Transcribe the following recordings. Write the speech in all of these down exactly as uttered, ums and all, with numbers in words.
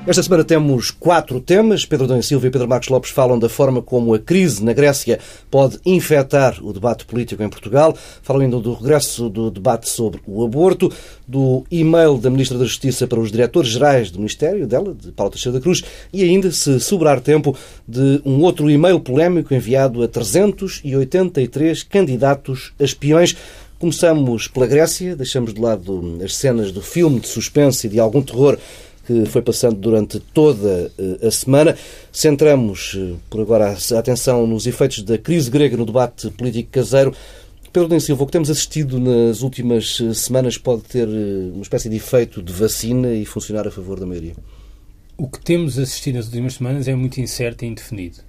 Esta semana temos quatro temas. Pedro Adão e Silva e Pedro Marcos Lopes falam da forma como a crise na Grécia pode infectar o debate político em Portugal. Falam ainda do regresso do debate sobre o aborto, do e-mail da Ministra da Justiça para os diretores-gerais do Ministério dela, de Paula Teixeira da Cruz, e ainda, se sobrar tempo, de um outro e-mail polémico enviado a trezentos e oitenta e três candidatos a espiões. Começamos pela Grécia, deixamos de lado as cenas do filme de suspense e de algum terror que foi passando durante toda a semana. Centramos, por agora, a atenção nos efeitos da crise grega no debate político caseiro. Pedro Adão e Silva, o que temos assistido nas últimas semanas pode ter uma espécie de efeito de vacina e funcionar a favor da maioria? O que temos assistido nas últimas semanas é muito incerto e indefinido.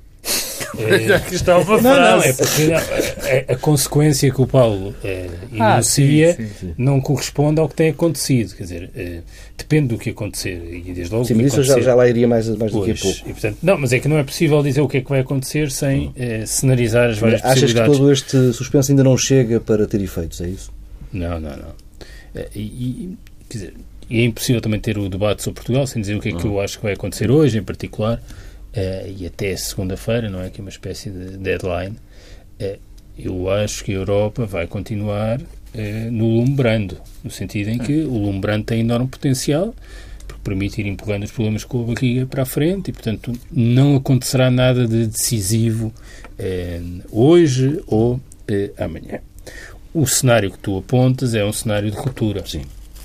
É, aqui está uma não, frase. não, é porque a, a, a consequência que o Paulo é, enuncia ah, sim, sim, sim. não corresponde ao que tem acontecido. Quer dizer, é, depende do que acontecer. E desde logo sim, mas isso já, já lá iria mais, mais pois, daqui a pouco. E, portanto, não, mas é que não é possível dizer o que é que vai acontecer sem é, cenarizar as várias Achas possibilidades. Achas que todo este suspense ainda não chega para ter efeitos, é isso? Não, não, não. E, e, quer dizer, é impossível também ter o debate sobre Portugal sem dizer o que é que eu acho que vai acontecer hoje, em particular. Uh, e até segunda-feira, não é? Que é uma espécie de deadline. Uh, eu acho que a Europa vai continuar uh, no lumbrando, no sentido em que o lumbrando tem enorme potencial, porque permite ir empurrando os problemas com a barriga para a frente e, portanto, não acontecerá nada de decisivo uh, hoje ou uh, amanhã. O cenário que tu apontas é um cenário de ruptura. Sim.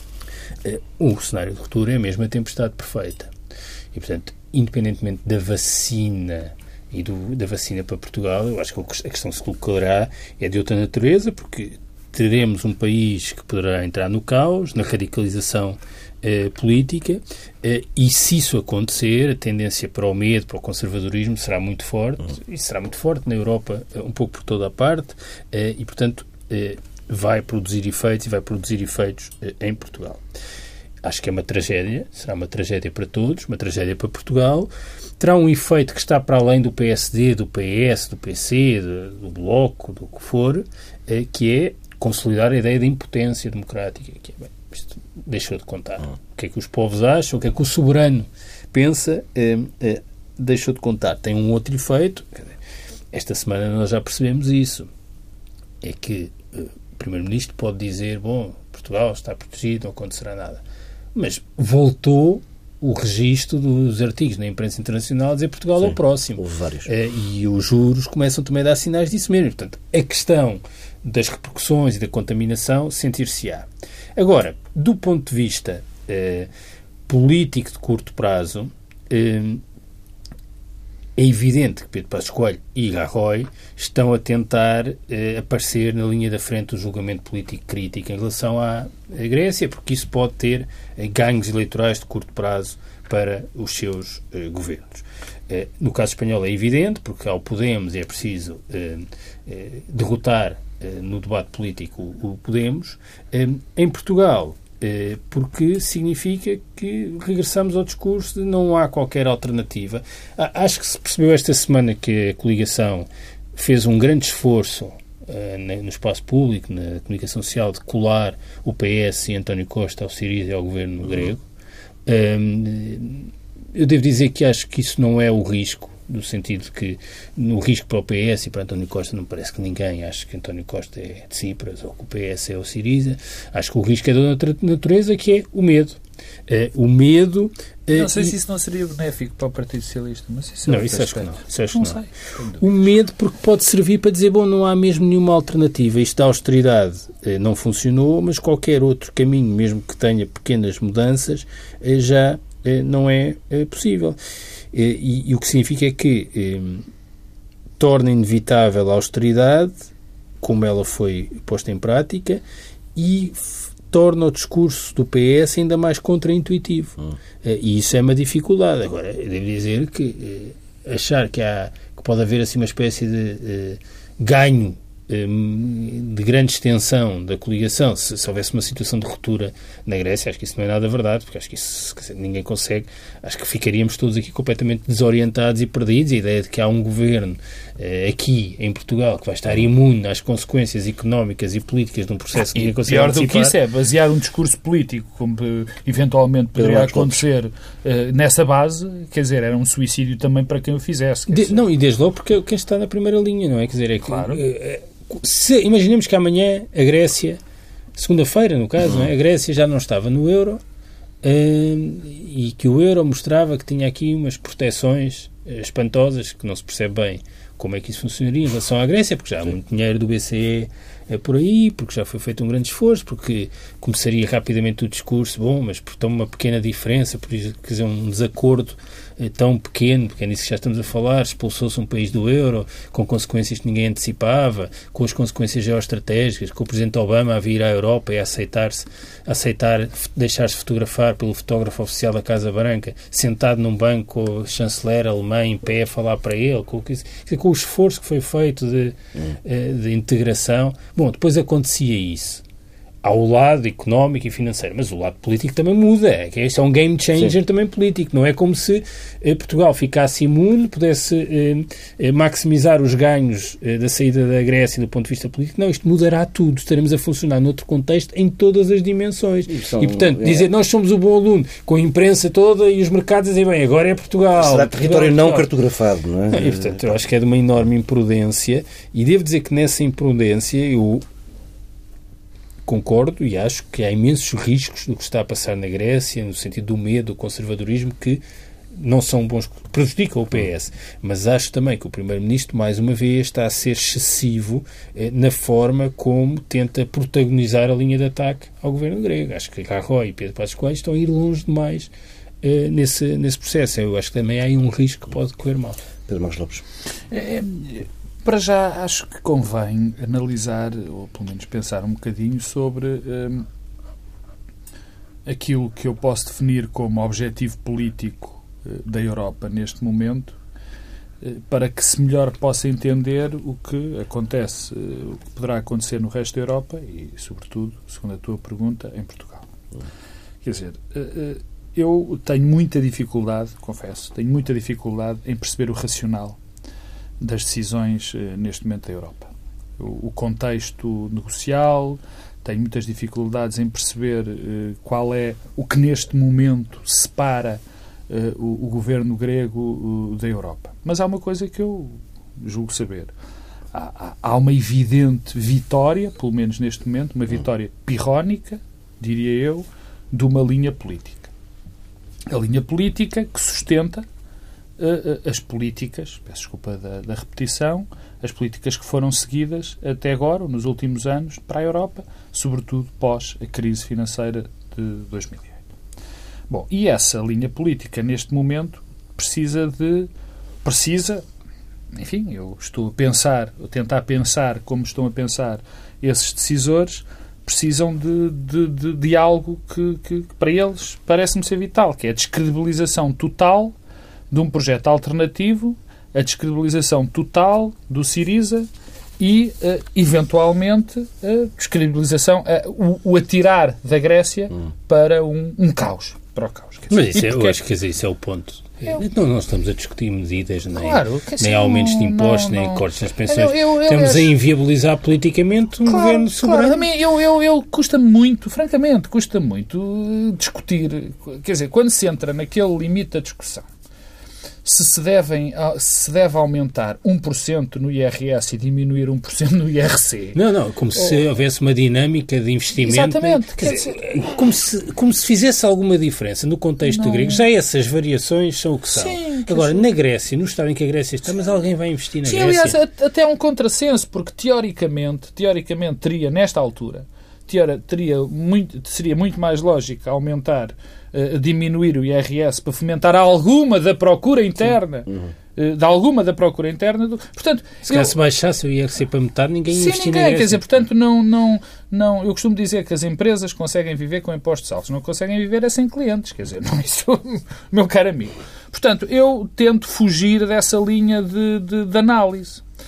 Uh, o cenário de ruptura é mesmo a tempestade perfeita. E, portanto, independentemente da vacina e do, da vacina para Portugal, eu acho que a questão que se colocará é de outra natureza, porque teremos um país que poderá entrar no caos, na radicalização eh, política, eh, e se isso acontecer, a tendência para o medo, para o conservadorismo será muito forte, uhum. e será muito forte na Europa, um pouco por toda a parte, eh, e, portanto, eh, vai produzir efeitos e vai produzir efeitos eh, em Portugal. Acho que é uma tragédia, será uma tragédia para todos, uma tragédia para Portugal. Terá um efeito que está para além do P S D, do P S, do P C, do, do Bloco, do que for, eh, que é consolidar a ideia de impotência democrática. Que é, bem, isto deixou de contar. O que é que os povos acham, o que é que o soberano pensa, eh, eh, deixou de contar. Tem um outro efeito, esta semana nós já percebemos isso, é que eh, o Primeiro-Ministro pode dizer, bom, Portugal está protegido, não acontecerá nada. Mas voltou o registro dos artigos na imprensa internacional a dizer Portugal Sim, é o próximo. Houve vários. Uh, e os juros começam também a dar sinais disso mesmo. Portanto, a questão das repercussões e da contaminação sentir-se-á. Agora, do ponto de vista uh, político de curto prazo, uh, é evidente que Pedro Passos Coelho e Rajoy estão a tentar eh, aparecer na linha da frente do julgamento político crítico em relação à, à Grécia, porque isso pode ter eh, ganhos eleitorais de curto prazo para os seus eh, governos. Eh, no caso espanhol é evidente, porque ao Podemos é preciso eh, eh, derrotar eh, no debate político o, o Podemos. Eh, em Portugal, porque significa que regressamos ao discurso de não há qualquer alternativa. Acho que se percebeu esta semana que a coligação fez um grande esforço uh, no espaço público, na comunicação social, de colar o P S e António Costa ao Siriza e ao governo grego. Um, eu devo dizer que acho que isso não é o risco, no sentido de que no risco para o P S e para António Costa não parece que ninguém acha que António Costa é de Tsipras ou que o P S é o Siriza. Acho que o risco é de outra natureza, que é o medo. Uh, o medo... Uh, não sei e... se isso não seria benéfico para o Partido Socialista, mas isso não, é isso acho que não. Isso acho não, que não. Sei. O medo porque pode servir para dizer, bom, não há mesmo nenhuma alternativa. Isto da austeridade uh, não funcionou, mas qualquer outro caminho, mesmo que tenha pequenas mudanças, uh, já uh, não é uh, possível. E, e o que significa é que eh, torna inevitável a austeridade, como ela foi posta em prática, e f- torna o discurso do P S ainda mais contraintuitivo. Hum. Eh, e isso é uma dificuldade. Agora, eu devo dizer que eh, achar que, há, que pode haver assim uma espécie de eh, ganho de grande extensão da coligação, se, se houvesse uma situação de ruptura na Grécia, acho que isso não é nada verdade, porque acho que isso dizer, ninguém consegue, acho que ficaríamos todos aqui completamente desorientados e perdidos. A ideia de que há um governo eh, aqui em Portugal que vai estar imune às consequências económicas e políticas de um processo que ninguém consegue pior antecipar. do que isso é basear um discurso político, como uh, eventualmente poderia acontecer uh, nessa base, quer dizer, era um suicídio também para quem o fizesse. De, não, e desde logo porque quem está na primeira linha, não é? Quer dizer, é que, claro. eh, se, imaginemos que amanhã a Grécia, segunda-feira no caso, não é? A Grécia já não estava no euro, uh, e que o euro mostrava que tinha aqui umas proteções uh, espantosas, que não se percebe bem como é que isso funcionaria em relação à Grécia, porque já há muito dinheiro do B C E é por aí, porque já foi feito um grande esforço, porque começaria rapidamente o discurso, bom, mas por tão uma pequena diferença, por quer dizer, um desacordo é, tão pequeno, porque é nisso que já estamos a falar, expulsou-se um país do euro, com consequências que ninguém antecipava, com as consequências geoestratégicas, com o Presidente Obama a vir à Europa e a aceitar-se, a aceitar deixar-se fotografar pelo fotógrafo oficial da Casa Branca, sentado num banco com o chanceler alemão em pé a falar para ele, com, com o esforço que foi feito de, hum. de integração. Bom, depois acontecia isso ao lado económico e financeiro, mas o lado político também muda. Este é um game changer Sim. também político. Não é como se eh, Portugal ficasse imune, pudesse eh, eh, maximizar os ganhos eh, da saída da Grécia do ponto de vista político. Não, isto mudará tudo. Estaremos a funcionar noutro contexto em todas as dimensões. E, são, e portanto, é... dizer nós somos o bom aluno, com a imprensa toda e os mercados dizem, bem, agora é Portugal. Será território não Portugal. cartografado, não é? E, portanto, eu acho que é de uma enorme imprudência, e devo dizer que nessa imprudência eu concordo e acho que há imensos riscos do que está a passar na Grécia, no sentido do medo, do conservadorismo, que não são bons, prejudicam o P S. Mas acho também que o Primeiro-Ministro, mais uma vez, está a ser excessivo eh, na forma como tenta protagonizar a linha de ataque ao governo grego. Acho que Rajoy e Pedro Passos Coelho estão a ir longe demais eh, nesse, nesse processo. Eu acho que também há aí um risco que pode correr mal. Pedro Marcos Lopes. É, é... Para já, acho que convém analisar, ou pelo menos pensar um bocadinho sobre hum, aquilo que eu posso definir como objetivo político uh, da Europa neste momento, uh, para que se melhor possa entender o que acontece, uh, o que poderá acontecer no resto da Europa e, sobretudo, segundo a tua pergunta, em Portugal. Quer dizer, uh, uh, eu tenho muita dificuldade, confesso, tenho muita dificuldade em perceber o racional das decisões eh, neste momento da Europa. O, o contexto negocial, tenho muitas dificuldades em perceber eh, qual é o que neste momento separa eh, o, o governo grego o, da Europa. Mas há uma coisa que eu julgo saber. Há, há, há uma evidente vitória, pelo menos neste momento, uma vitória pirrónica, diria eu, de uma linha política. A linha política que sustenta as políticas, peço desculpa da, da repetição, as políticas que foram seguidas até agora, nos últimos anos, para a Europa, sobretudo pós a crise financeira de dois mil e oito. Bom, e essa linha política, neste momento, precisa de... Precisa, enfim, eu estou a pensar, a tentar pensar como estão a pensar esses decisores, precisam de, de, de, de algo que, que, que para eles parece-me ser vital, que é a descredibilização total de um projeto alternativo, a descredibilização total do Syriza e, uh, eventualmente, a descredibilização, uh, o, o atirar da Grécia hum. para um, um caos. Para o caos. Quer dizer. Mas isso é, eu acho que dizer, isso é o ponto. Eu... Não, não estamos a discutir medidas, nem, claro, nem aumentos de impostos, não, nem não. cortes nas pensões. Eu, eu, eu, estamos eu, a inviabilizar politicamente um claro, governo soberano. Claro, a mim, eu, eu, eu custa-me muito, francamente, custa-me muito discutir. Quer dizer, quando se entra naquele limite da discussão, se se, devem, se deve aumentar um por cento no I R S e diminuir um por cento no I R C. Não, não, como se houvesse uma dinâmica de investimento. Exatamente. Quer dizer, como, se, como se fizesse alguma diferença no contexto grego. Já essas variações são o que são. Sim, agora, na Grécia, no estado em que a Grécia está, mas alguém vai investir na Sim, Grécia? Sim, aliás, até é um contrassenso, porque teoricamente, teoricamente teria, nesta altura, teria muito, seria muito mais lógico aumentar, uh, diminuir o I R S para fomentar alguma da procura interna, uhum. uh, de alguma da procura interna. Do, portanto, se eu, se baixasse o I R C para metade, ninguém ia investir na Grécia. Quer dizer, portanto, não, não, não, eu costumo dizer que as empresas conseguem viver com impostos altos, não conseguem viver é sem clientes, quer dizer, não isso, meu caro amigo. Portanto, eu tento fugir dessa linha de, de, de análise.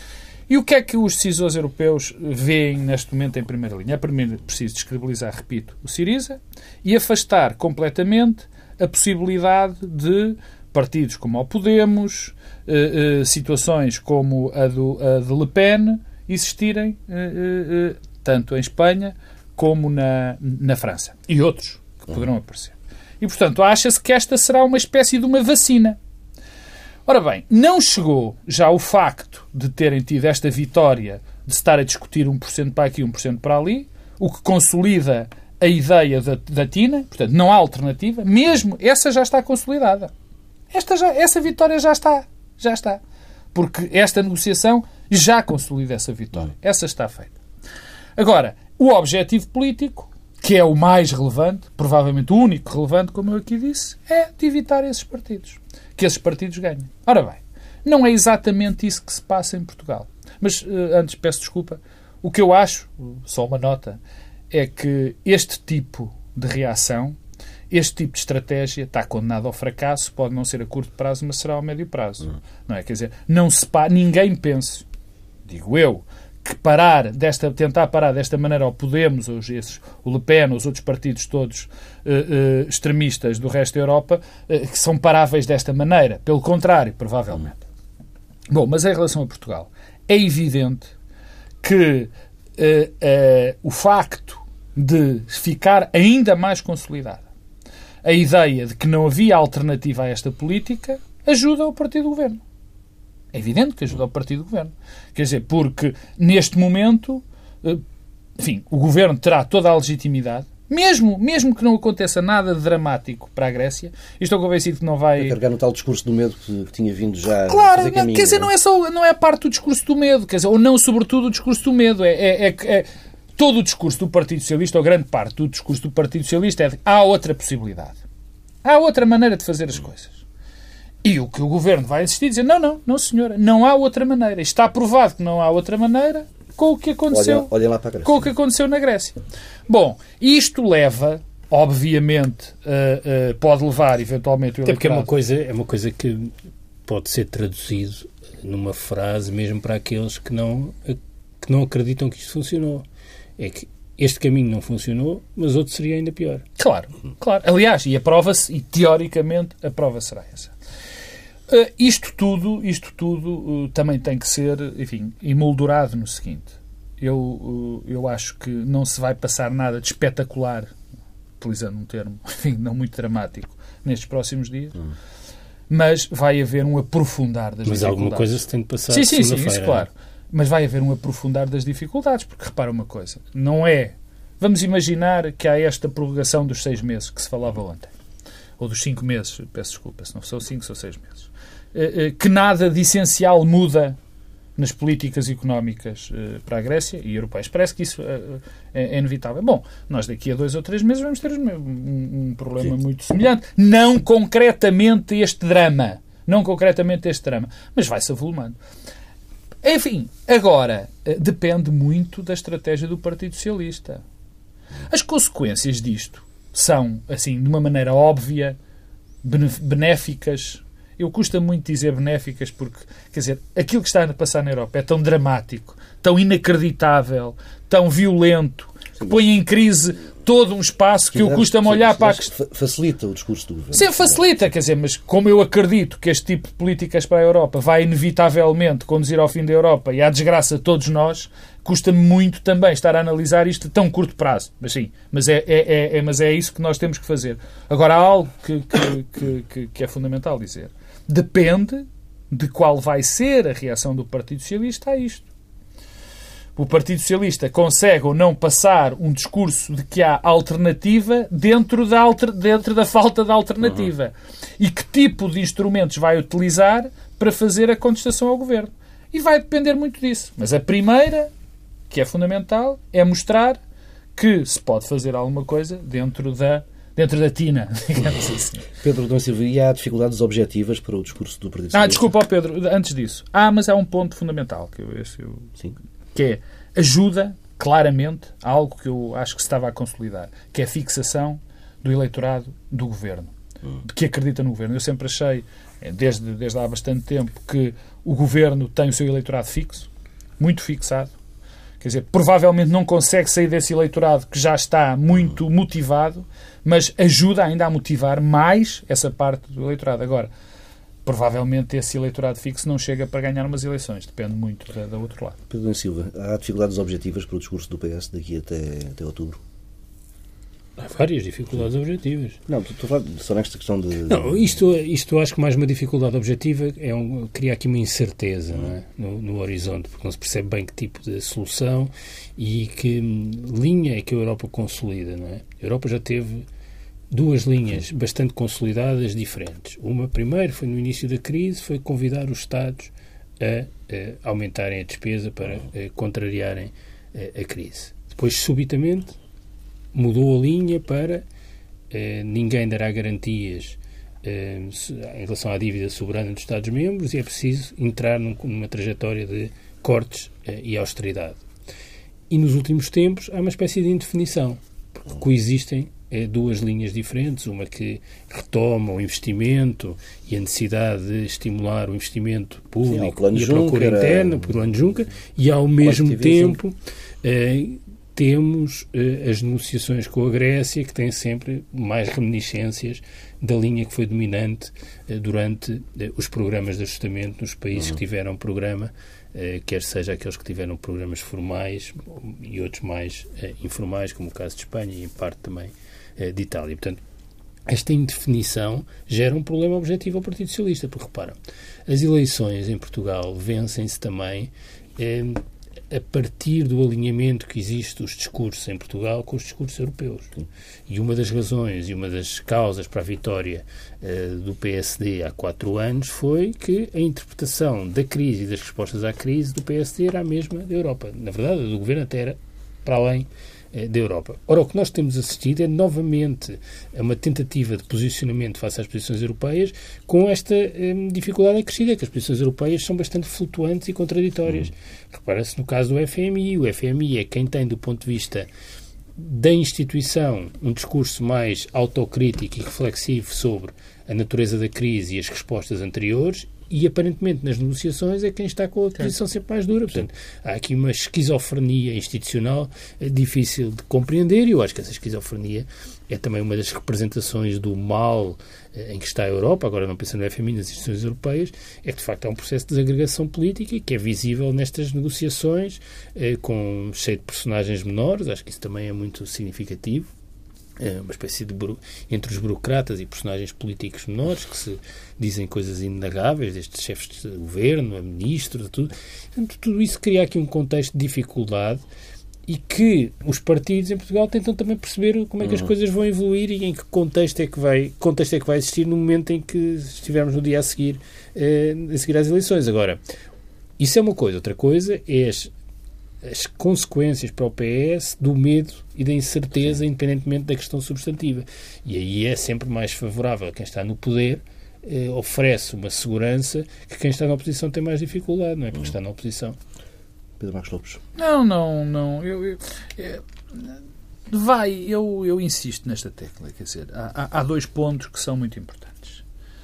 E o que é que os decisores europeus veem neste momento em primeira linha? É primeiro preciso descredibilizar, repito, o Syriza e afastar completamente a possibilidade de partidos como o Podemos, eh, eh, situações como a, do, a de Le Pen, existirem eh, eh, tanto em Espanha como na, na França. E outros que poderão aparecer. E, portanto, acha-se que esta será uma espécie de uma vacina. Ora bem, não chegou já o facto de terem tido esta vitória de se estar a discutir um por cento para aqui, um por cento para ali, o que consolida a ideia da, da Tina, portanto, não há alternativa, mesmo essa já está consolidada. Esta já, essa vitória já está, já está. Porque esta negociação já consolida essa vitória. Essa está feita. Agora, o objetivo político, que é o mais relevante, provavelmente o único relevante, como eu aqui disse, é de evitar esses partidos. Que esses partidos ganhem. Ora bem, não é exatamente isso que se passa em Portugal. Mas, antes, peço desculpa, o que eu acho, só uma nota, é que este tipo de reação, este tipo de estratégia está condenado ao fracasso, pode não ser a curto prazo, mas será ao médio prazo. Uhum. Não é? Quer dizer, não se pa... ninguém pense, digo eu, que parar desta, tentar parar desta maneira ao Podemos, ou esses, o Le Pen, os outros partidos todos uh, uh, extremistas do resto da Europa, uh, que são paráveis desta maneira. Pelo contrário, provavelmente. Bom, mas em relação a Portugal, é evidente que uh, uh, o facto de ficar ainda mais consolidada a ideia de que não havia alternativa a esta política ajuda o partido do governo. É evidente que ajuda o partido do governo. Quer dizer, porque neste momento, enfim, o governo terá toda a legitimidade, mesmo, mesmo que não aconteça nada de dramático para a Grécia, e estou convencido que não vai... A carregar no tal discurso do medo que, que tinha vindo já claro, a fazer caminho. Quer dizer, não é, só, não é a parte do discurso do medo, quer dizer, ou não, sobretudo, o discurso do medo. É, é, é, é todo o discurso do Partido Socialista, ou grande parte do discurso do Partido Socialista, é de há outra possibilidade. Há outra maneira de fazer as coisas. E o que o Governo vai insistir, dizer, não, não, não senhora, não há outra maneira. Está provado que não há outra maneira com o que aconteceu, olhem, olhem lá para a Grécia. Com o que aconteceu na Grécia. Bom, isto leva, obviamente, uh, uh, pode levar, eventualmente, o Até porque é eleitorado. uma, coisa, é uma coisa que pode ser traduzido numa frase mesmo para aqueles que não, que não acreditam que isto funcionou. É que este caminho não funcionou, mas outro seria ainda pior. Claro, claro. Aliás, e aprova-se, e teoricamente a prova será essa. Uh, isto tudo, isto tudo uh, também tem que ser, enfim, emoldurado no seguinte. Eu, uh, eu acho que não se vai passar nada de espetacular, utilizando um termo, enfim, não muito dramático, nestes próximos dias, hum. mas vai haver um aprofundar das mas dificuldades. Mas alguma coisa se tem de passar sim, sim, sim, isso feira, claro. Mas vai haver um aprofundar das dificuldades, porque repara uma coisa, não é... Vamos imaginar que há esta prorrogação dos seis meses que se falava ontem. Ou dos cinco meses, peço desculpa, se não são cinco, são seis meses. Que nada de essencial muda nas políticas económicas para a Grécia e europeias. Parece que isso é inevitável. Bom, nós daqui a dois ou três meses vamos ter um, um problema Sim. muito semelhante. Não concretamente este drama. Não concretamente este drama. Mas vai-se avolumando. Enfim, agora, depende muito da estratégia do Partido Socialista. As consequências disto são, assim, de uma maneira óbvia, benéficas. Eu custa muito dizer benéficas porque, quer dizer, aquilo que está a passar na Europa é tão dramático, tão inacreditável, tão violento, que põe em crise todo um espaço que eu custa-me olhar sim, para a questão. Facilita o discurso do governo. Sim, facilita, quer dizer, mas como eu acredito que este tipo de políticas para a Europa vai inevitavelmente conduzir ao fim da Europa e à desgraça de todos nós, custa-me muito também estar a analisar isto a tão curto prazo. Mas sim, mas é, é, é, é, mas é isso que nós temos que fazer. Agora, há algo que, que, que, que, que é fundamental dizer. Depende de qual vai ser a reação do Partido Socialista a isto. O Partido Socialista consegue ou não passar um discurso de que há alternativa dentro da, alter, dentro da falta de alternativa. Uhum. E que tipo de instrumentos vai utilizar para fazer a contestação ao governo. E vai depender muito disso. Mas a primeira, que é fundamental, é mostrar que se pode fazer alguma coisa dentro da Dentro da tina, digamos assim. Pedro Adão Silva, e há dificuldades objetivas para o discurso do Partido Socialista? Ah, desculpa, Pedro, antes disso. Ah, mas há um ponto fundamental, que, eu, esse eu, Sim. que é, ajuda claramente a algo que eu acho que se estava a consolidar, que é a fixação do eleitorado do governo, hum. de que acredita no governo. Eu sempre achei, desde, desde há bastante tempo, que o governo tem o seu eleitorado fixo, muito fixado. Quer dizer, provavelmente não consegue sair desse eleitorado que já está muito motivado, mas ajuda ainda a motivar mais essa parte do eleitorado. Agora, provavelmente esse eleitorado fixo não chega para ganhar umas eleições. Depende muito da, da outro lado. Pedro Silva, há dificuldades objetivas para o discurso do P S daqui até, até outubro? Há várias dificuldades objetivas. Não, estou a falar só nesta questão de... Não, isto, isto acho que mais uma dificuldade objetiva é um, cria aqui uma incerteza não é? no, no horizonte, porque não se percebe bem que tipo de solução e que hum, linha é que a Europa consolida, não é? A Europa já teve duas linhas bastante consolidadas diferentes. Uma, primeiro, foi no início da crise, foi convidar os Estados a, a aumentarem a despesa para a, contrariarem a, a crise. Depois, subitamente, mudou a linha para eh, ninguém dará garantias eh, em relação à dívida soberana dos Estados-membros e é preciso entrar num, numa trajetória de cortes eh, e austeridade. E nos últimos tempos há uma espécie de indefinição, porque coexistem eh, duas linhas diferentes, uma que retoma o investimento e a necessidade de estimular o investimento público Sim, e a procura Juncker, interna, o plano Juncker, e ao mesmo tempo... Eh, temos eh, as negociações com a Grécia, que têm sempre mais reminiscências da linha que foi dominante eh, durante eh, os programas de ajustamento nos países uhum. que tiveram programa, eh, quer seja aqueles que tiveram programas formais e outros mais eh, informais, como o caso de Espanha e, em parte, também eh, de Itália. Portanto, esta indefinição gera um problema objetivo ao Partido Socialista, porque, reparam, as eleições em Portugal vencem-se também... Eh, a partir do alinhamento que existe dos discursos em Portugal com os discursos europeus. E uma das razões e uma das causas para a vitória uh, do P S D há quatro anos foi que a interpretação da crise e das respostas à crise do P S D era a mesma da Europa. Na verdade, a do Governo até era para além uh, da Europa. Ora, o que nós temos assistido é novamente a uma tentativa de posicionamento face às posições europeias com esta um, dificuldade acrescida, que as posições europeias são bastante flutuantes e contraditórias. Hum. Repara-se no caso do F M I. O F M I é quem tem, do ponto de vista da instituição, um discurso mais autocrítico e reflexivo sobre a natureza da crise e as respostas anteriores e, aparentemente, nas negociações é quem está com a posição sempre mais dura. Portanto, há aqui uma esquizofrenia institucional difícil de compreender e eu acho que essa esquizofrenia é também uma das representações do mal em que está a Europa, agora não pensando no F M I, nas instituições europeias, é que de facto há um processo de desagregação política que é visível nestas negociações, eh, com cheio de personagens menores, acho que isso também é muito significativo, é uma espécie de buro... entre os burocratas e personagens políticos menores que se dizem coisas inegáveis, estes chefes de governo, a ministros, tudo. Portanto, tudo isso cria aqui um contexto de dificuldade e que os partidos em Portugal tentam também perceber como é que as coisas vão evoluir e em que contexto é que vai, contexto é que vai existir no momento em que estivermos no dia a seguir, eh, a seguir às eleições. Agora, isso é uma coisa. Outra coisa é as, as consequências para o P S do medo e da incerteza, Sim. independentemente da questão substantiva. E aí é sempre mais favorável a quem está no poder, eh, oferece uma segurança que quem está na oposição tem mais dificuldade, não é? Porque está na oposição. Pedro Marcos Lopes. Não, não, não. Eu, eu, eu, vai, eu, eu insisto nesta tecla. Quer dizer, há, há dois pontos que são muito importantes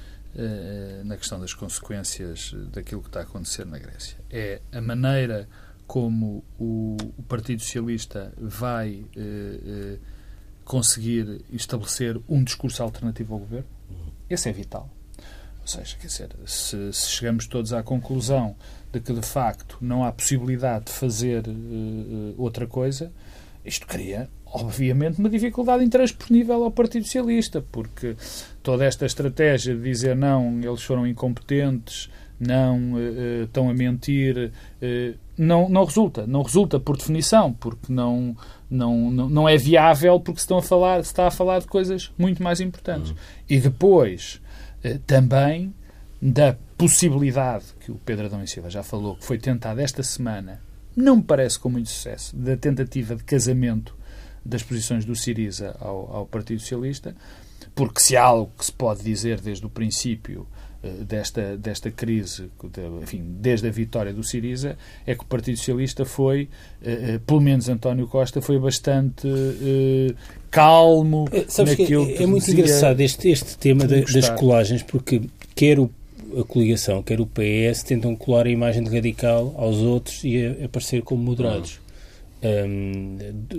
uh, na questão das consequências daquilo que está a acontecer na Grécia. É a maneira como o, o Partido Socialista vai uh, uh, conseguir estabelecer um discurso alternativo ao governo. Esse é vital. Ou seja, quer dizer, se, se chegamos todos à conclusão de que, de facto, não há possibilidade de fazer uh, outra coisa, isto cria, obviamente, uma dificuldade intransponível ao Partido Socialista, porque toda esta estratégia de dizer não, eles foram incompetentes, não uh, estão a mentir, uh, não, não resulta. Não resulta por definição, porque não, não, não, não é viável, porque se, estão a falar, se está a falar de coisas muito mais importantes. Uhum. E depois... também da possibilidade que o Pedro Adão e Silva já falou, que foi tentada esta semana, não me parece com muito sucesso, da tentativa de casamento das posições do Syriza ao, ao Partido Socialista, porque se há algo que se pode dizer desde o princípio uh, desta, desta crise, de, enfim, desde a vitória do Syriza, é que o Partido Socialista foi, uh, uh, pelo menos António Costa, foi bastante... Uh, calmo. É, sabes que é, é muito engraçado este, este tema da, das colagens, porque quer o, a coligação, quer o P S, tentam colar a imagem de radical aos outros e a, a aparecer como moderados. Um,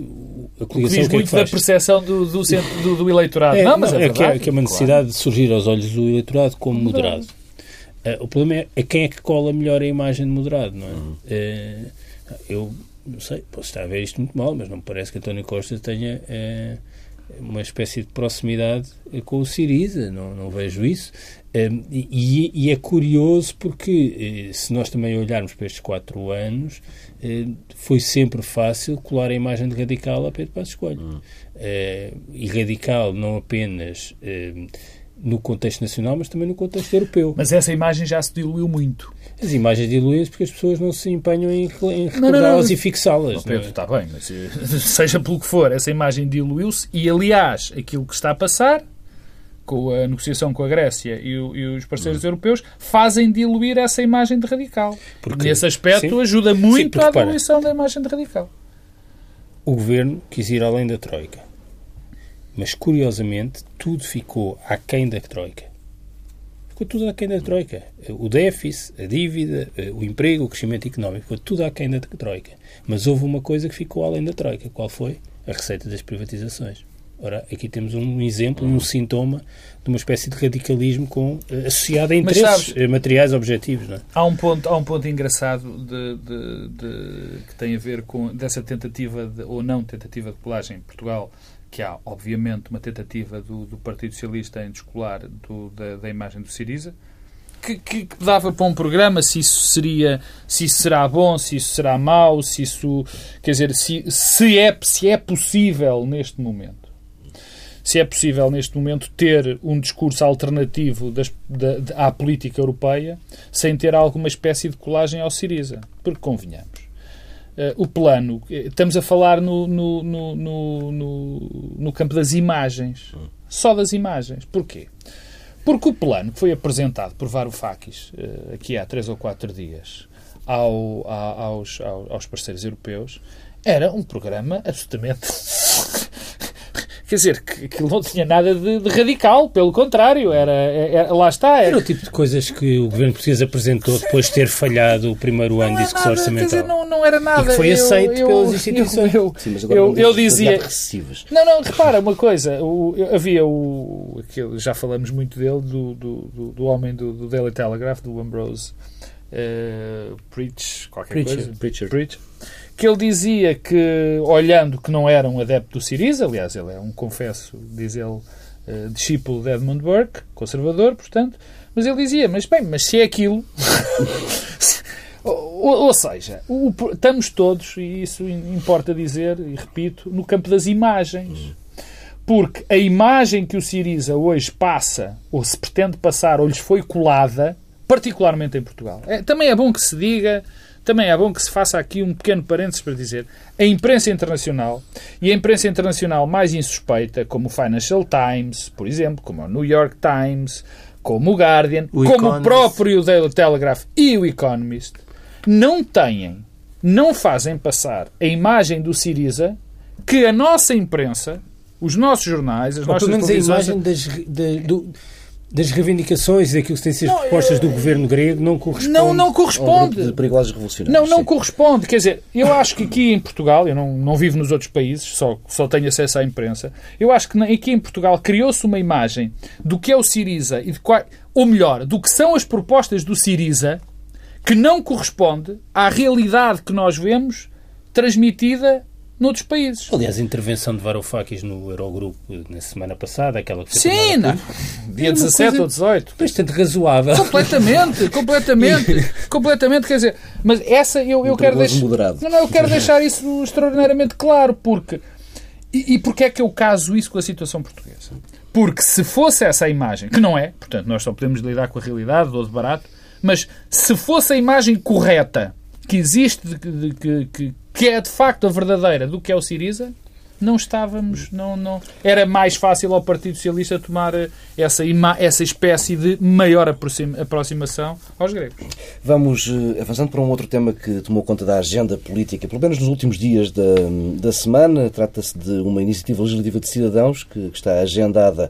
a coligação diz que muito é que da percepção do, do, centro, do, do eleitorado. É, não, mas não, é, é, que é, que é uma necessidade claro. de surgir aos olhos do eleitorado como moderado. Uh, o problema é, é quem é que cola melhor a imagem de moderado, não é? Uhum. Uh, eu não sei, posso estar a ver isto muito mal, mas não me parece que António Costa tenha uh, uma espécie de proximidade com o Syriza, não, não vejo isso. Um, e, e é curioso porque, se nós também olharmos para estes quatro anos, foi sempre fácil colar a imagem de radical a Pedro Passos Coelho. Uhum. Uh, e radical não apenas uh, no contexto nacional, mas também no contexto europeu. Mas essa imagem já se diluiu muito. As imagens diluem-se porque as pessoas não se empenham em, em recordá-las e fixá-las. Oh, Pedro, está bem, mas seja pelo que for, essa imagem diluiu-se e, aliás, aquilo que está a passar com a negociação com a Grécia e, o, e os parceiros uhum. europeus fazem diluir essa imagem de radical. Porque, nesse aspecto, sim, ajuda muito sim, à diluição da imagem de radical. O governo quis ir além da Troika. Mas, curiosamente, tudo ficou aquém da Troika. Ficou tudo aquém da Troika. O déficit, a dívida, o emprego, o crescimento económico, ficou tudo aquém da Troika. Mas houve uma coisa que ficou além da Troika. Qual foi? A receita das privatizações. Ora, aqui temos um exemplo e um sintoma de uma espécie de radicalismo com, associado a interesses sabes, materiais objetivos. Não é? Há um ponto, há um ponto engraçado de, de, de, que tem a ver com dessa tentativa de, ou não tentativa de colagem em Portugal, que há, obviamente, uma tentativa do, do Partido Socialista em descolar do, da, da imagem do Syriza, que, que, que dava para um programa se isso seria, se isso será bom, se isso será mau, se isso, quer dizer, se, se, é, se é possível neste momento. Se é possível, neste momento, ter um discurso alternativo das, da, da, à política europeia sem ter alguma espécie de colagem ao Syriza. Porque, convenhamos, uh, o plano... Estamos a falar no, no, no, no, no, no campo das imagens. Só das imagens. Porquê? Porque o plano que foi apresentado por Varoufakis, uh, aqui há três ou quatro dias, ao, a, aos, aos parceiros europeus, era um programa absolutamente... Quer dizer, que aquilo não tinha nada de, de radical, pelo contrário, era, era, lá está. Era... era o tipo de coisas que o governo português apresentou depois de ter falhado o primeiro ano de discussão orçamental. Quer dizer, não, não era nada. E que foi aceito eu, pelas eu, instituições. Eu, eu, Sim, mas agora eu, eu dizia... Não, não, repara, uma coisa, o, eu, havia o... Aquele, já falamos muito dele, do, do, do, do homem do, do Daily Telegraph, do Ambrose uh, Preach, qualquer Preacher. coisa. Preacher. Preach. Que ele dizia que, olhando que não era um adepto do Syriza, aliás, ele é um, confesso, diz ele, uh, discípulo de Edmund Burke, conservador, portanto, mas ele dizia, mas bem, mas se é aquilo... ou, ou seja, o, estamos todos, e isso importa dizer, e repito, no campo das imagens. Porque a imagem que o Syriza hoje passa, ou se pretende passar, ou lhes foi colada, particularmente em Portugal. É, também é bom que se diga... Também é bom que se faça aqui um pequeno parênteses para dizer a imprensa internacional, e a imprensa internacional mais insuspeita, como o Financial Times, por exemplo, como o New York Times, como o Guardian, o como Economist. O próprio Daily Telegraph e o Economist, não têm, não fazem passar a imagem do Syriza que a nossa imprensa, os nossos jornais, as ou nossas pelo menos a televisões... imagem das... De, do... das reivindicações e daquilo que têm sido as propostas do governo grego não corresponde. Não, não corresponde. De perigosos revolucionários. Não, não sim. corresponde. Quer dizer, eu acho que aqui em Portugal, eu não, não vivo nos outros países, só, só tenho acesso à imprensa, eu acho que aqui em Portugal criou-se uma imagem do que é o Syriza, e de qual, ou melhor, do que são as propostas do Syriza, que não corresponde à realidade que nós vemos transmitida noutros países. Aliás, a intervenção de Varoufakis no Eurogrupo na semana passada, aquela que foi Sim, não. dia dezassete ou dezoito. Bastante razoável. Completamente, completamente, completamente, quer dizer, mas essa eu, eu quero deixar... moderado. Não, não, eu quero deixar isso extraordinariamente claro, porque... E, e porque é que eu caso isso com a situação portuguesa? Porque se fosse essa a imagem, que não é, portanto, nós só podemos lidar com a realidade, do de barato, mas se fosse a imagem correta que existe, de, de, de, que, que é de facto a verdadeira do que é o Syriza, não estávamos, não, não, era mais fácil ao Partido Socialista tomar essa, essa espécie de maior aproxima, aproximação aos gregos. Vamos uh, avançando para um outro tema que tomou conta da agenda política, pelo menos nos últimos dias da, da semana. Trata-se de uma iniciativa legislativa de cidadãos que, que está agendada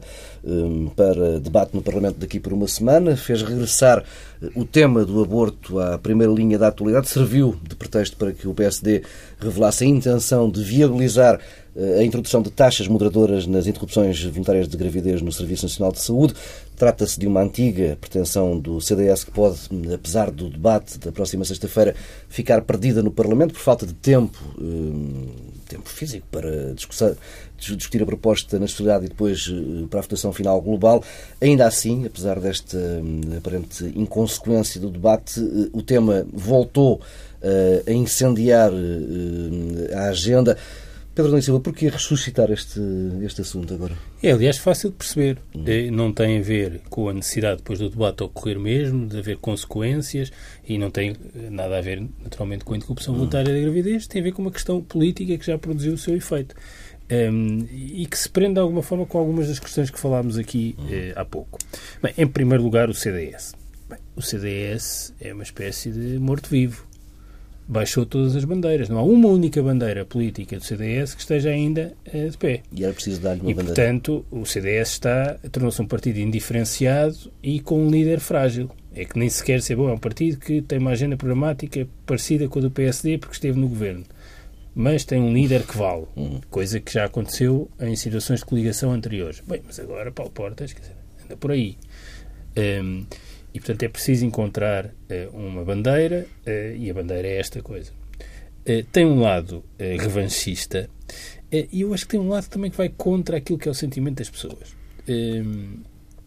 para debate no Parlamento daqui por uma semana. Fez regressar o tema do aborto à primeira linha da atualidade. Serviu de pretexto para que o P S D revelasse a intenção de viabilizar a introdução de taxas moderadoras nas interrupções voluntárias de gravidez no Serviço Nacional de Saúde. Trata-se de uma antiga pretensão do C D S que pode, apesar do debate da próxima sexta-feira, ficar perdida no Parlamento por falta de tempo, tempo físico para discussar, discutir a proposta na sociedade e depois para a votação final global. Ainda assim, apesar desta aparente inconsequência do debate, o tema voltou a incendiar a agenda. Pedro Adão e Silva, porquê ressuscitar este, este assunto agora? É, aliás, fácil de perceber. Hum. Não tem a ver com a necessidade depois do debate ocorrer mesmo, de haver consequências, e não tem nada a ver, naturalmente, com a interrupção hum. voluntária da gravidez, tem a ver com uma questão política que já produziu o seu efeito. Um, e que se prende de alguma forma com algumas das questões que falámos aqui hum. eh, há pouco. Bem, em primeiro lugar, o C D S. Bem, o C D S é uma espécie de morto-vivo. Baixou todas as bandeiras. Não há uma única bandeira política do C D S que esteja ainda uh, de pé. E era preciso dar-lhe uma e, bandeira. portanto, o C D S está, tornou-se um partido indiferenciado e com um líder frágil. É que nem sequer se é bom. É um partido que tem uma agenda programática parecida com a do P S D porque esteve no governo. Mas tem um líder que vale. Hum. Coisa que já aconteceu em situações de coligação anteriores. Bem, mas agora, Paulo Portas, quer dizer, anda por aí. Um, E, portanto, é preciso encontrar uh, uma bandeira, uh, e a bandeira é esta coisa. Uh, tem um lado uh, revanchista, uh, e eu acho que tem um lado também que vai contra aquilo que é o sentimento das pessoas. Uh,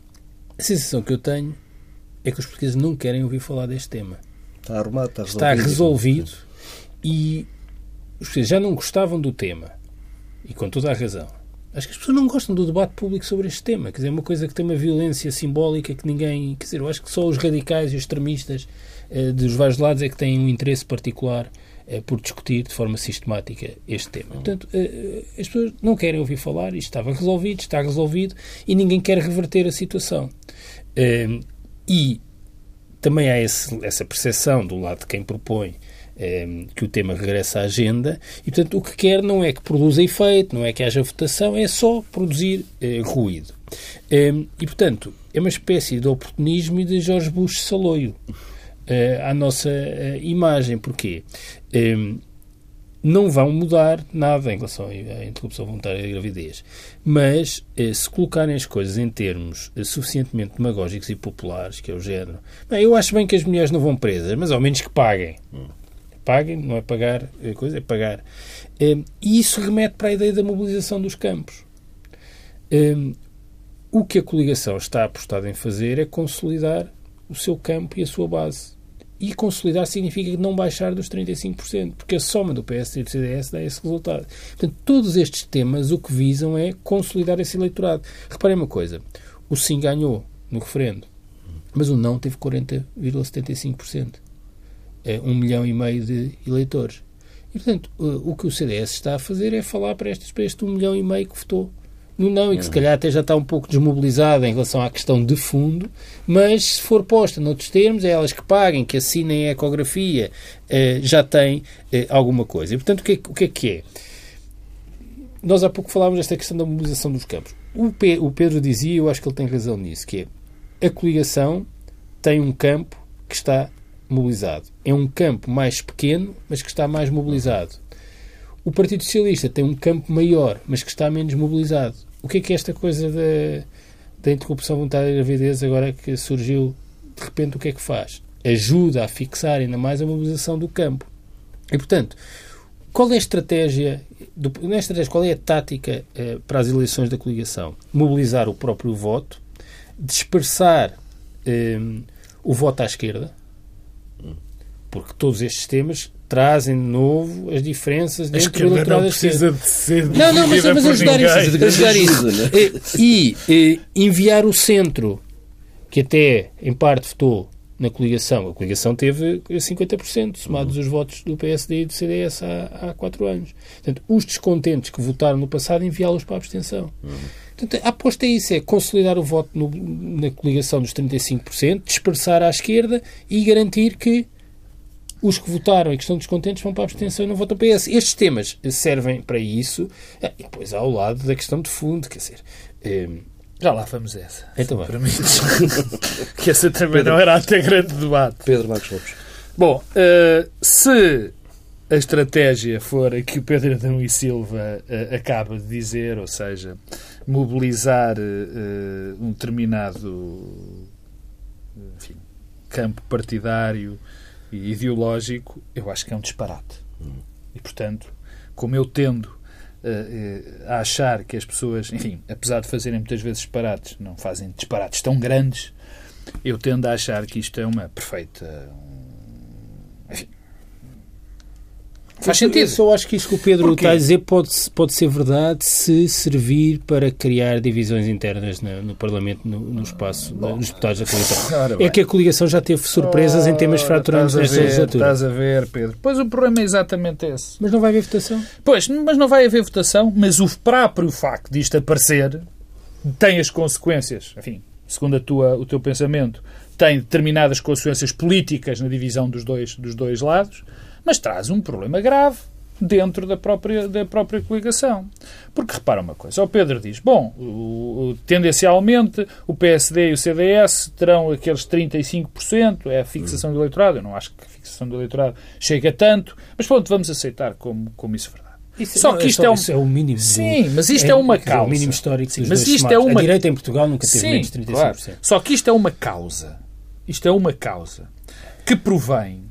a sensação que eu tenho é que os portugueses não querem ouvir falar deste tema. Está arrumado, está resolvido. Está resolvido, e os portugueses já não gostavam do tema, e com toda a razão. Acho que as pessoas não gostam do debate público sobre este tema. Quer dizer, é uma coisa que tem uma violência simbólica que ninguém... Quer dizer, eu acho que só os radicais e os extremistas eh, dos vários lados é que têm um interesse particular eh, por discutir de forma sistemática este tema. Portanto, eh, as pessoas não querem ouvir falar, isto estava resolvido, está resolvido, e ninguém quer reverter a situação. Eh, e também há esse, essa percepção do lado de quem propõe que o tema regressa à agenda e, portanto, o que quer não é que produza efeito, não é que haja votação, é só produzir eh, ruído. Eh, e, portanto, é uma espécie de oportunismo e de Jorge Bush Saloio eh, à nossa eh, imagem. Porquê? Eh, não vão mudar nada em relação à interrupção voluntária da gravidez, mas eh, se colocarem as coisas em termos eh, suficientemente demagógicos e populares, que é o género, bem, eu acho bem que as mulheres não vão presas, mas ao menos que paguem. Paguem, não é pagar é coisa, é pagar. Um, e isso remete para a ideia da mobilização dos campos. Um, o que a coligação está apostada em fazer é consolidar o seu campo e a sua base. E consolidar significa não baixar dos trinta e cinco por cento, porque a soma do P S e do C D S dá esse resultado. Portanto, todos estes temas o que visam é consolidar esse eleitorado. Reparem uma coisa, o sim ganhou no referendo, mas o não teve quarenta vírgula setenta e cinco por cento. É um milhão e meio de eleitores. E, portanto, o que o C D S está a fazer é falar para este, para este um milhão e meio que votou no não e que se calhar até já está um pouco desmobilizado em relação à questão de fundo, mas se for posta noutros termos, é elas que paguem, que assinem a ecografia, eh, já tem eh, alguma coisa. E, portanto, o que, é, o que é que é? Nós há pouco falávamos desta questão da mobilização dos campos. O, P, o Pedro dizia, eu acho que ele tem razão nisso, que é a coligação tem um campo que está mobilizado. É um campo mais pequeno, mas que está mais mobilizado. O Partido Socialista tem um campo maior, mas que está menos mobilizado. O que é que é esta coisa da, da interrupção voluntária da gravidez, agora que surgiu, de repente, o que é que faz? Ajuda a fixar ainda mais a mobilização do campo. E, portanto, qual é a estratégia, do, não é a estratégia, qual é a tática eh, para as eleições da coligação? Mobilizar o próprio voto, dispersar eh, o voto à esquerda, porque todos estes temas trazem de novo as diferenças dentro do eleitorado da esquerda. Não precisa de ser Não, não, mas, mas ajudar isso. Ajudar isso. E, e enviar o centro, que até, em parte, votou na coligação. A coligação teve cinquenta por cento, somados os votos do P S D e do C D S há, há quatro anos. Portanto, os descontentes que votaram no passado, enviá-los para a abstenção. Portanto, a aposta é isso, é consolidar o voto no, na coligação dos trinta e cinco por cento, dispersar à esquerda e garantir que os que votaram e que estão descontentes vão para a abstenção e não votam para P S. Estes temas servem para isso. E depois há o lado da questão de fundo, quer dizer, Já lá vamos a essa. Então vai. Para mim, que essa também não era até grande debate. Pedro Marcos Lopes. Bom, uh, se a estratégia for a que o Pedro Adão e Silva uh, acaba de dizer, ou seja, mobilizar uh, um determinado enfim, campo partidário e ideológico, eu acho que é um disparate. Hum. E, portanto, como eu tendo uh, uh, a achar que as pessoas, enfim, apesar de fazerem muitas vezes disparates, não fazem disparates tão grandes, eu tendo a achar que isto é uma perfeita... Enfim, faz sentido. Eu só acho que isto que o Pedro Porquê? está a dizer pode, pode ser verdade se servir para criar divisões internas no, no Parlamento, no, no espaço, Bom, nos deputados da coligação. É que a coligação já teve surpresas oh, em temas fraturantes nesta ver, legislatura. Estás a ver, Pedro. Pois o problema é exatamente esse. Mas não vai haver votação? Pois, mas não vai haver votação, mas o próprio facto disto aparecer tem as consequências, enfim, segundo a tua, o teu pensamento, tem determinadas consequências políticas na divisão dos dois, dos dois lados, mas traz um problema grave dentro da própria, da própria coligação. Porque, repara uma coisa, o Pedro diz, bom, o, o, tendencialmente o P S D e o C D S terão aqueles trinta e cinco por cento, é a fixação do eleitorado, eu não acho que a fixação do eleitorado chegue a tanto, mas pronto, vamos aceitar como, como isso é verdade. Isso, só que isto é, um... isso é o mínimo. Sim, mas isto é, é uma causa. É o mínimo histórico. Sim, mas isto é uma... A direita em Portugal nunca teve Sim, menos de trinta e cinco por cento. Claro. Só que isto é uma causa. Isto é uma causa que provém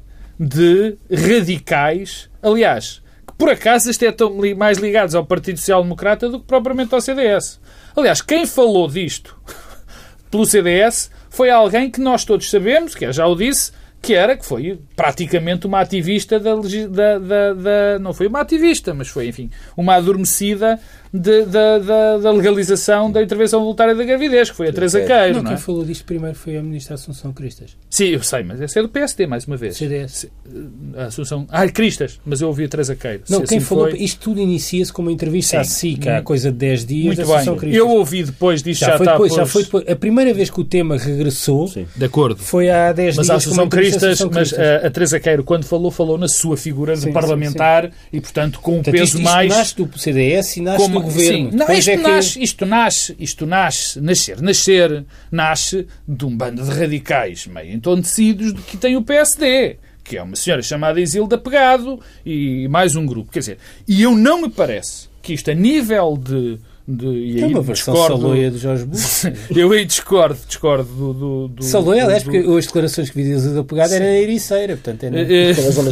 de radicais, aliás, que por acaso estão mais ligados ao Partido Social Democrata do que propriamente ao C D S. Aliás, quem falou disto pelo C D S foi alguém que nós todos sabemos, que eu já o disse, que era, que foi praticamente uma ativista da, da, da, da não foi uma ativista, mas foi, enfim, uma adormecida de, da, da, da legalização da intervenção voluntária da gravidez, que foi a Teresa Queiro, não, não é? Quem falou disto primeiro foi a Ministra Assunção Cristas. Sim, eu sei, mas essa é do P S D, mais uma vez. C D S. A Assunção... Ah, Cristas, mas eu ouvi a Teresa Queiro. Não, Se quem assim falou... foi... Isto tudo inicia-se com uma entrevista Sim. à SIC há coisa de dez dias. Muito Assunção bem. Cristas. Eu ouvi depois disto, já, já, foi está depois, pôs... já foi depois. A primeira vez que o tema regressou Sim. De acordo. foi há dez mas dias. A Assunção Cristas, Assunção mas Cristas. a, a Teresa Queiro, quando falou, falou na sua figura sim, de parlamentar sim, sim. e, portanto, com um portanto, peso isto, isto mais... nasce do C D S e nasce como... do governo. Sim. Não, isto, é que... nasce, isto nasce, isto nasce, nascer, nascer, nasce de um bando de radicais meio entontecidos do que tem o P S D, que é uma senhora chamada Isilda Pegado e mais um grupo. Quer dizer, e eu não me parece que isto a nível de... De, e é aí uma versão discordo, Saloia de Jorge Bush. Eu aí discordo, discordo do... do, do Saloia, aliás, do, porque as declarações que vi da pegada era na Ericeira, portanto é na, é, na zona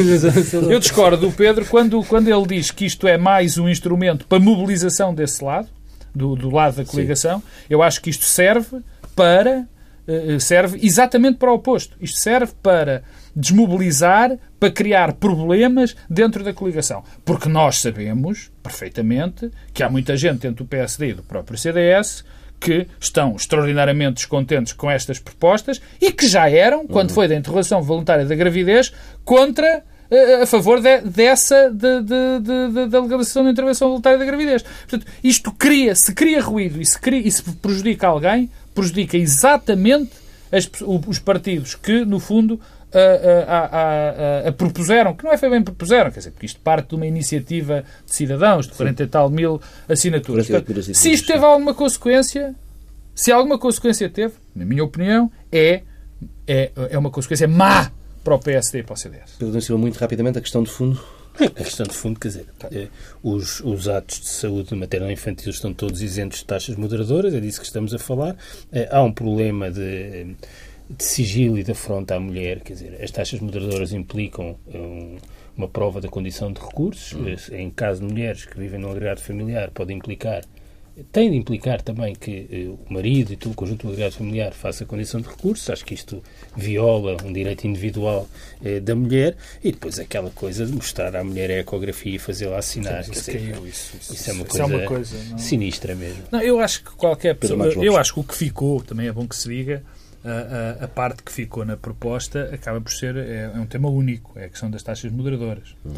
Eu discordo do Pedro quando, quando ele diz que isto é mais um instrumento para mobilização desse lado, do, do lado da coligação. Sim. Eu acho que isto serve para... serve exatamente para o oposto. Isto serve para desmobilizar, para criar problemas dentro da coligação. Porque nós sabemos perfeitamente que há muita gente dentro do P S D e do próprio C D S que estão extraordinariamente descontentes com estas propostas e que já eram, quando foi da interrupção voluntária da gravidez, contra... a favor de, dessa de, de, de, da legalização da intervenção voluntária da gravidez. Portanto, isto cria, se cria ruído e se, cria, e se prejudica alguém, prejudica exatamente as, os partidos que, no fundo, a, a, a, a, a propuseram, que não é foi bem propuseram, quer dizer, porque isto parte de uma iniciativa de cidadãos, de quarenta e tal mil assinaturas. Portanto, se isto teve alguma consequência, se alguma consequência teve, na minha opinião, é, é, é uma consequência má para o P S D e para o C D S. Pedro Adão Silva, muito rapidamente, a questão de fundo. A questão de fundo, quer dizer, os, os atos de saúde materno-infantil estão todos isentos de taxas moderadoras, é disso que estamos a falar. Há um problema de, de sigilo e de afronta à mulher, quer dizer, as taxas moderadoras implicam um, uma prova da condição de recursos. Hum. Em caso de mulheres que vivem num agregado familiar, pode implicar, tem de implicar também que eh, o marido e todo o conjunto do agregado familiar faça a condição de recursos. Acho que isto viola um direito individual eh, da mulher. E depois aquela coisa de mostrar à mulher a ecografia e fazê-la assinar. Sim, isso, dizer, caiu, isso, isso, isso é uma isso coisa, é uma coisa não... sinistra mesmo. Não, eu acho que qualquer pessoa... Eu acho que o que ficou, também é bom que se diga, a, a, a parte que ficou na proposta acaba por ser... É, é um tema único. É a questão das taxas moderadoras. Hum.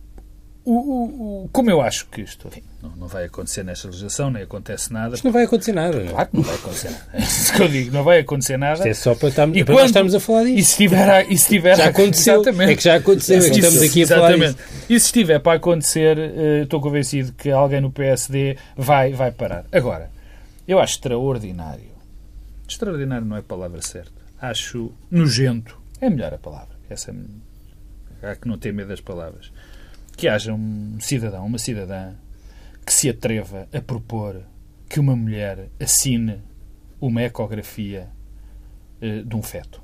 O, o, o, como eu acho que isto enfim, não, não vai acontecer nesta legislação, nem acontece nada. Isto não vai acontecer nada. Claro que não vai acontecer nada. É isso que eu digo, não vai acontecer nada. Isto é só para, estar, e para quando, nós estarmos a falar disso. E se tiver, e se tiver já aconteceu. Exatamente. É que já aconteceu. É que estamos aqui a exatamente. falar disso. E se estiver para acontecer, estou convencido que alguém no P S D vai, vai parar. Agora, eu acho extraordinário. Extraordinário não é a palavra certa. Acho nojento. É melhor a palavra. Essa é... Há que não ter medo das palavras. Que haja um cidadão, uma cidadã, que se atreva a propor que uma mulher assine uma ecografia uh, de um feto.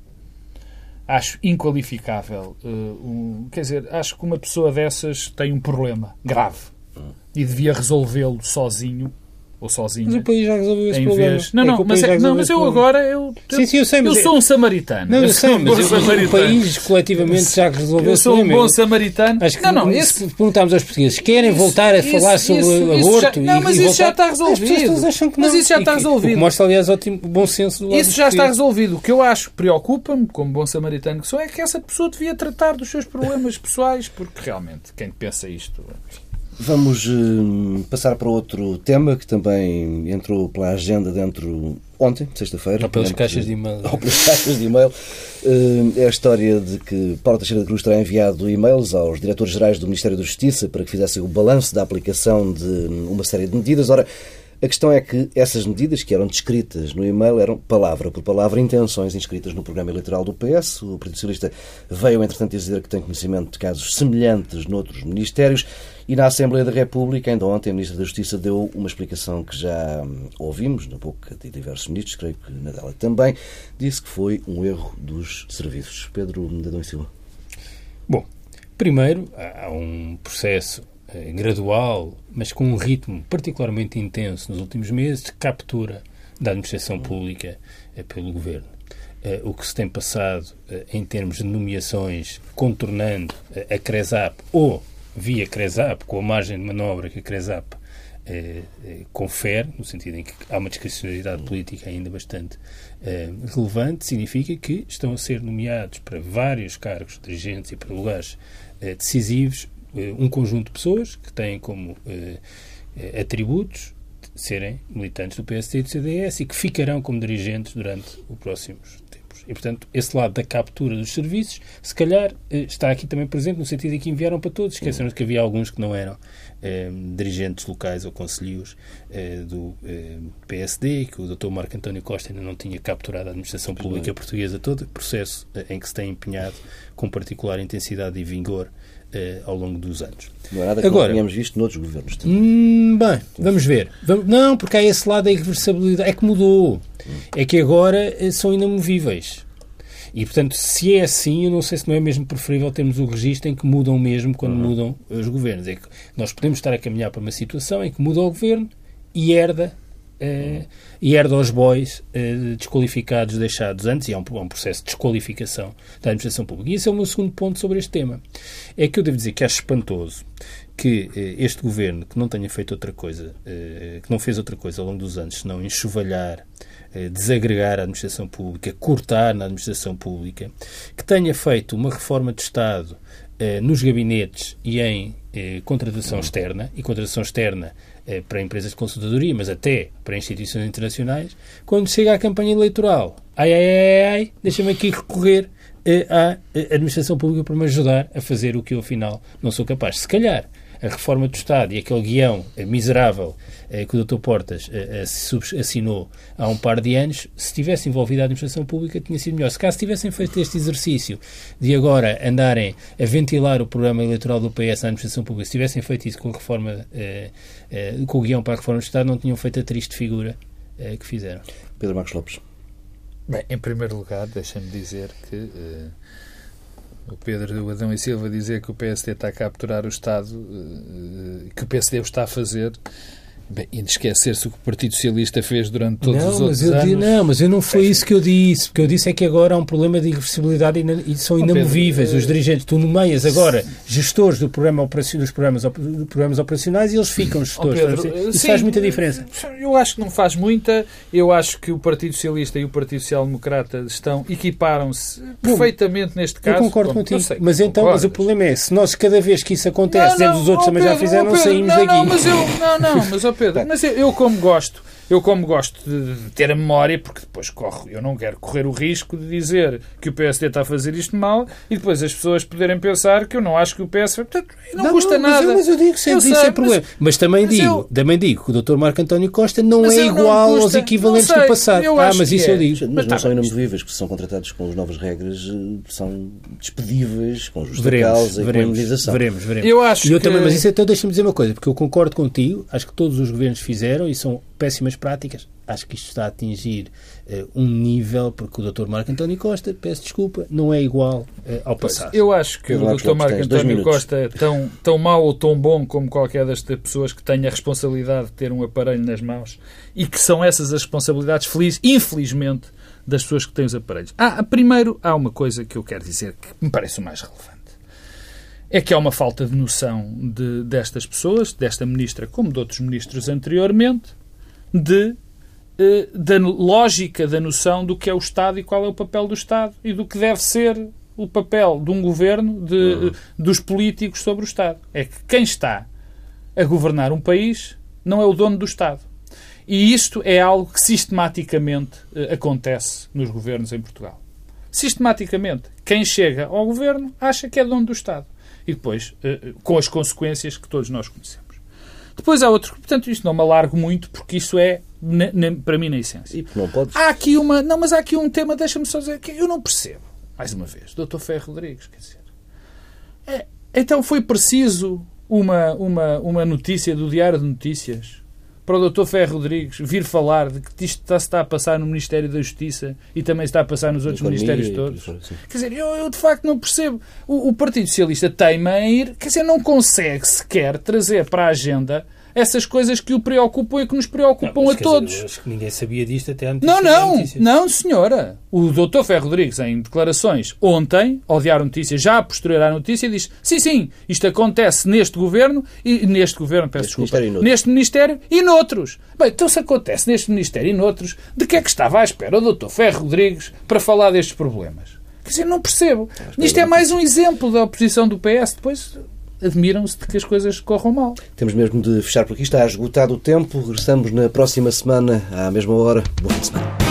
Acho inqualificável. Uh, um, quer dizer, acho que uma pessoa dessas tem um problema grave e devia resolvê-lo sozinho ou sozinha. Mas o país já resolveu esse em problema. Vez... Não, não, é mas, é, não, mas eu agora eu, sim, sim, eu, sei, mas eu sou um samaritano. Não, eu, eu sei, um mas o país coletivamente já resolveu esse problema. Eu sou um bom samaritano. Acho que não, não, esse... esse... perguntámos aos portugueses, querem isso, voltar a isso, falar isso, sobre isso, aborto? Já... Não, e, mas e isso voltar... já está resolvido. As pessoas acham que não. Mas isso já está resolvido. O que mostra, aliás, ótimo bom senso do lado Isso já está resolvido. O que eu acho que preocupa-me, como bom samaritano que sou, é que essa pessoa devia tratar dos seus problemas pessoais, porque realmente, quem pensa isto... Vamos uh, passar para outro tema que também entrou pela agenda dentro ontem, sexta-feira. Ou pelas caixas de e-mail. Ou pelas caixas de e-mail. Uh, é a história de que Paulo Teixeira da Cruz terá enviado e-mails aos diretores-gerais do Ministério da Justiça para que fizessem o balanço da aplicação de uma série de medidas. Ora, a questão é que essas medidas, que eram descritas no e-mail, eram palavra por palavra intenções inscritas no programa eleitoral do P S. O Partido Socialista veio, entretanto, dizer que tem conhecimento de casos semelhantes noutros ministérios. E na Assembleia da República, ainda ontem, a Ministra da Justiça deu uma explicação que já ouvimos na boca de diversos ministros, creio que na dela também, disse que foi um erro dos serviços. Pedro Adão e Silva. Bom, primeiro, há um processo eh, gradual, mas com um ritmo particularmente intenso nos últimos meses, de captura da administração pública eh, pelo Governo. Eh, o que se tem passado eh, em termos de nomeações, contornando eh, a CRESAP ou via CRESAP, com a margem de manobra que a CRESAP eh, eh, confere, no sentido em que há uma discricionalidade política ainda bastante eh, relevante, significa que estão a ser nomeados para vários cargos dirigentes e para lugares eh, decisivos eh, um conjunto de pessoas que têm como eh, atributos de serem militantes do P S D e do C D S e que ficarão como dirigentes durante os próximos tempos. E, portanto, esse lado da captura dos serviços, se calhar, está aqui também presente, no sentido em que enviaram para todos. Esqueceram-se que havia alguns que não eram eh, dirigentes locais ou conselheiros eh, do eh, P S D, que o doutor Marco António Costa ainda não tinha capturado a administração pública portuguesa toda, processo eh, em que se tem empenhado com particular intensidade e vigor eh, ao longo dos anos. Não é nada que Agora, não tínhamos visto noutros governos também. Hum, bem, vamos ver. Vamos, não, porque há esse lado da irreversibilidade. É que mudou. É que agora eh, são inamovíveis. E, portanto, se é assim, eu não sei se não é mesmo preferível termos o registro em que mudam mesmo quando uhum. mudam os governos. É que nós podemos estar a caminhar para uma situação em que muda o governo e herda, eh, e herda os bois eh, desqualificados deixados antes, e há um, há um processo de desqualificação da administração pública. E esse é o meu segundo ponto sobre este tema. É que eu devo dizer que acho espantoso que eh, este governo, que não tenha feito outra coisa, eh, que não fez outra coisa ao longo dos anos, senão enxovalhar, eh, desagregar a administração pública, cortar na administração pública, que tenha feito uma reforma de Estado eh, nos gabinetes e em eh, contratação externa, e contratação externa eh, para empresas de consultadoria, mas até para instituições internacionais, quando chega à campanha eleitoral, ai, ai, ai, ai, deixa-me aqui recorrer eh, à administração pública para me ajudar a fazer o que eu, afinal, não sou capaz. Se calhar, a reforma do Estado e aquele guião eh, miserável eh, que o doutor Portas eh, assinou há um par de anos, se tivesse envolvido a administração pública, tinha sido melhor. Se caso tivessem feito este exercício de agora andarem a ventilar o programa eleitoral do P S na administração pública, se tivessem feito isso com a reforma, eh, eh, com o guião para a reforma do Estado, não tinham feito a triste figura eh, que fizeram. Pedro Marcos Lopes. Bem, em primeiro lugar, deixa-me dizer que uh, o Pedro Adão e Silva dizer que o P S D está a capturar o Estado, uh, que o P S D o está a fazer, bem, e de esquecer-se o que o Partido Socialista fez durante todos não, os outros mas eu anos. Di, não, mas eu não foi isso que eu disse. O que eu disse é que agora há um problema de irreversibilidade e, e são inamovíveis. Os dirigentes, tu nomeias agora gestores do programa operacional, dos programas, dos programas operacionais e eles ficam gestores. Oh, Pedro, isso sim, faz muita diferença. Eu acho que não faz muita. Eu acho que o Partido Socialista e o Partido Social Democrata estão, equiparam-se perfeitamente neste caso. Eu concordo Bom, contigo. sei, mas então, mas o problema é, se nós cada vez que isso acontece, não, dizemos não, os outros oh, também Pedro, já fizeram, oh, Pedro, saímos não, daqui. Não, mas eu, não, não, mas oh, Pedro, Bem, mas eu, eu como gosto, eu como gosto de, de ter a memória, porque depois corro, eu não quero correr o risco de dizer que o P S D está a fazer isto mal e depois as pessoas poderem pensar que eu não acho que o P S D... Portanto, não, não custa não, nada. Mas eu, mas eu digo sempre, eu isso sei, é problema. Mas, mas também mas digo, eu, também digo que o doutor Marco António Costa não mas é igual custa, aos equivalentes sei, do passado. Ah, mas isso é. eu digo. Mas, Mas não tá, são mas... inamovíveis, que são contratados com as novas regras, são despedíveis, com justa Veremos, causa veremos, e com indenização. Veremos, veremos. Eu acho e eu que... também, mas isso então deixa-me dizer uma coisa, porque eu concordo contigo, acho que todos os governos fizeram e são péssimas práticas. Acho que isto está a atingir uh, um nível, porque o doutor Marco António Costa, peço desculpa, não é igual uh, ao passado. Eu acho que Pedro o doutor Marco António Costa é tão, tão mau ou tão bom como qualquer das pessoas que tenha a responsabilidade de ter um aparelho nas mãos e que são essas as responsabilidades, feliz, infelizmente, das pessoas que têm os aparelhos. Ah, primeiro, há uma coisa que eu quero dizer que me parece o mais relevante. É que há uma falta de noção de, destas pessoas, desta ministra como de outros ministros anteriormente, de, eh, da lógica, da noção do que é o Estado e qual é o papel do Estado e do que deve ser o papel de um governo, de, uhum. dos políticos sobre o Estado. É que quem está a governar um país não é o dono do Estado. E isto é algo que sistematicamente eh, acontece nos governos em Portugal. Sistematicamente. Quem chega ao governo acha que é dono do Estado. E depois, eh, com as consequências que todos nós conhecemos. Depois há outro... Portanto, isto não me alargo muito, porque isso é, na, na, para mim, na essência. E não podes... Há aqui uma... Não, mas há aqui um tema, deixa-me só dizer, que eu não percebo. Mais uma vez, doutor Ferro Rodrigues, quer dizer... É, então foi preciso uma, uma, uma notícia do Diário de Notícias para o doutor Ferro Rodrigues vir falar de que isto está, está a passar no Ministério da Justiça e também está a passar nos outros Economia, ministérios todos. Quer dizer, eu, eu de facto não percebo. O, o Partido Socialista teima em ir, quer dizer, não consegue sequer trazer para a agenda essas coisas que o preocupam e que nos preocupam não, a todos. Dizer, acho que ninguém sabia disto até a notícia. Não, não, não, senhora. O doutor Ferro Rodrigues, em declarações ontem, ao Diário Notícias, já a posterior à notícia, diz, sim, sim, isto acontece neste governo, e neste governo, peço desculpa, ministério neste Ministério e noutros. Bem, então se acontece neste Ministério e noutros, de que é que estava à espera o doutor Ferro Rodrigues para falar destes problemas? Quer dizer, não percebo. Isto é mais um exemplo da oposição do P S, depois... admiram-se de que as coisas corram mal. Temos mesmo de fechar por aqui. Está esgotado o tempo. Regressamos na próxima semana, à mesma hora. Boa fim de semana.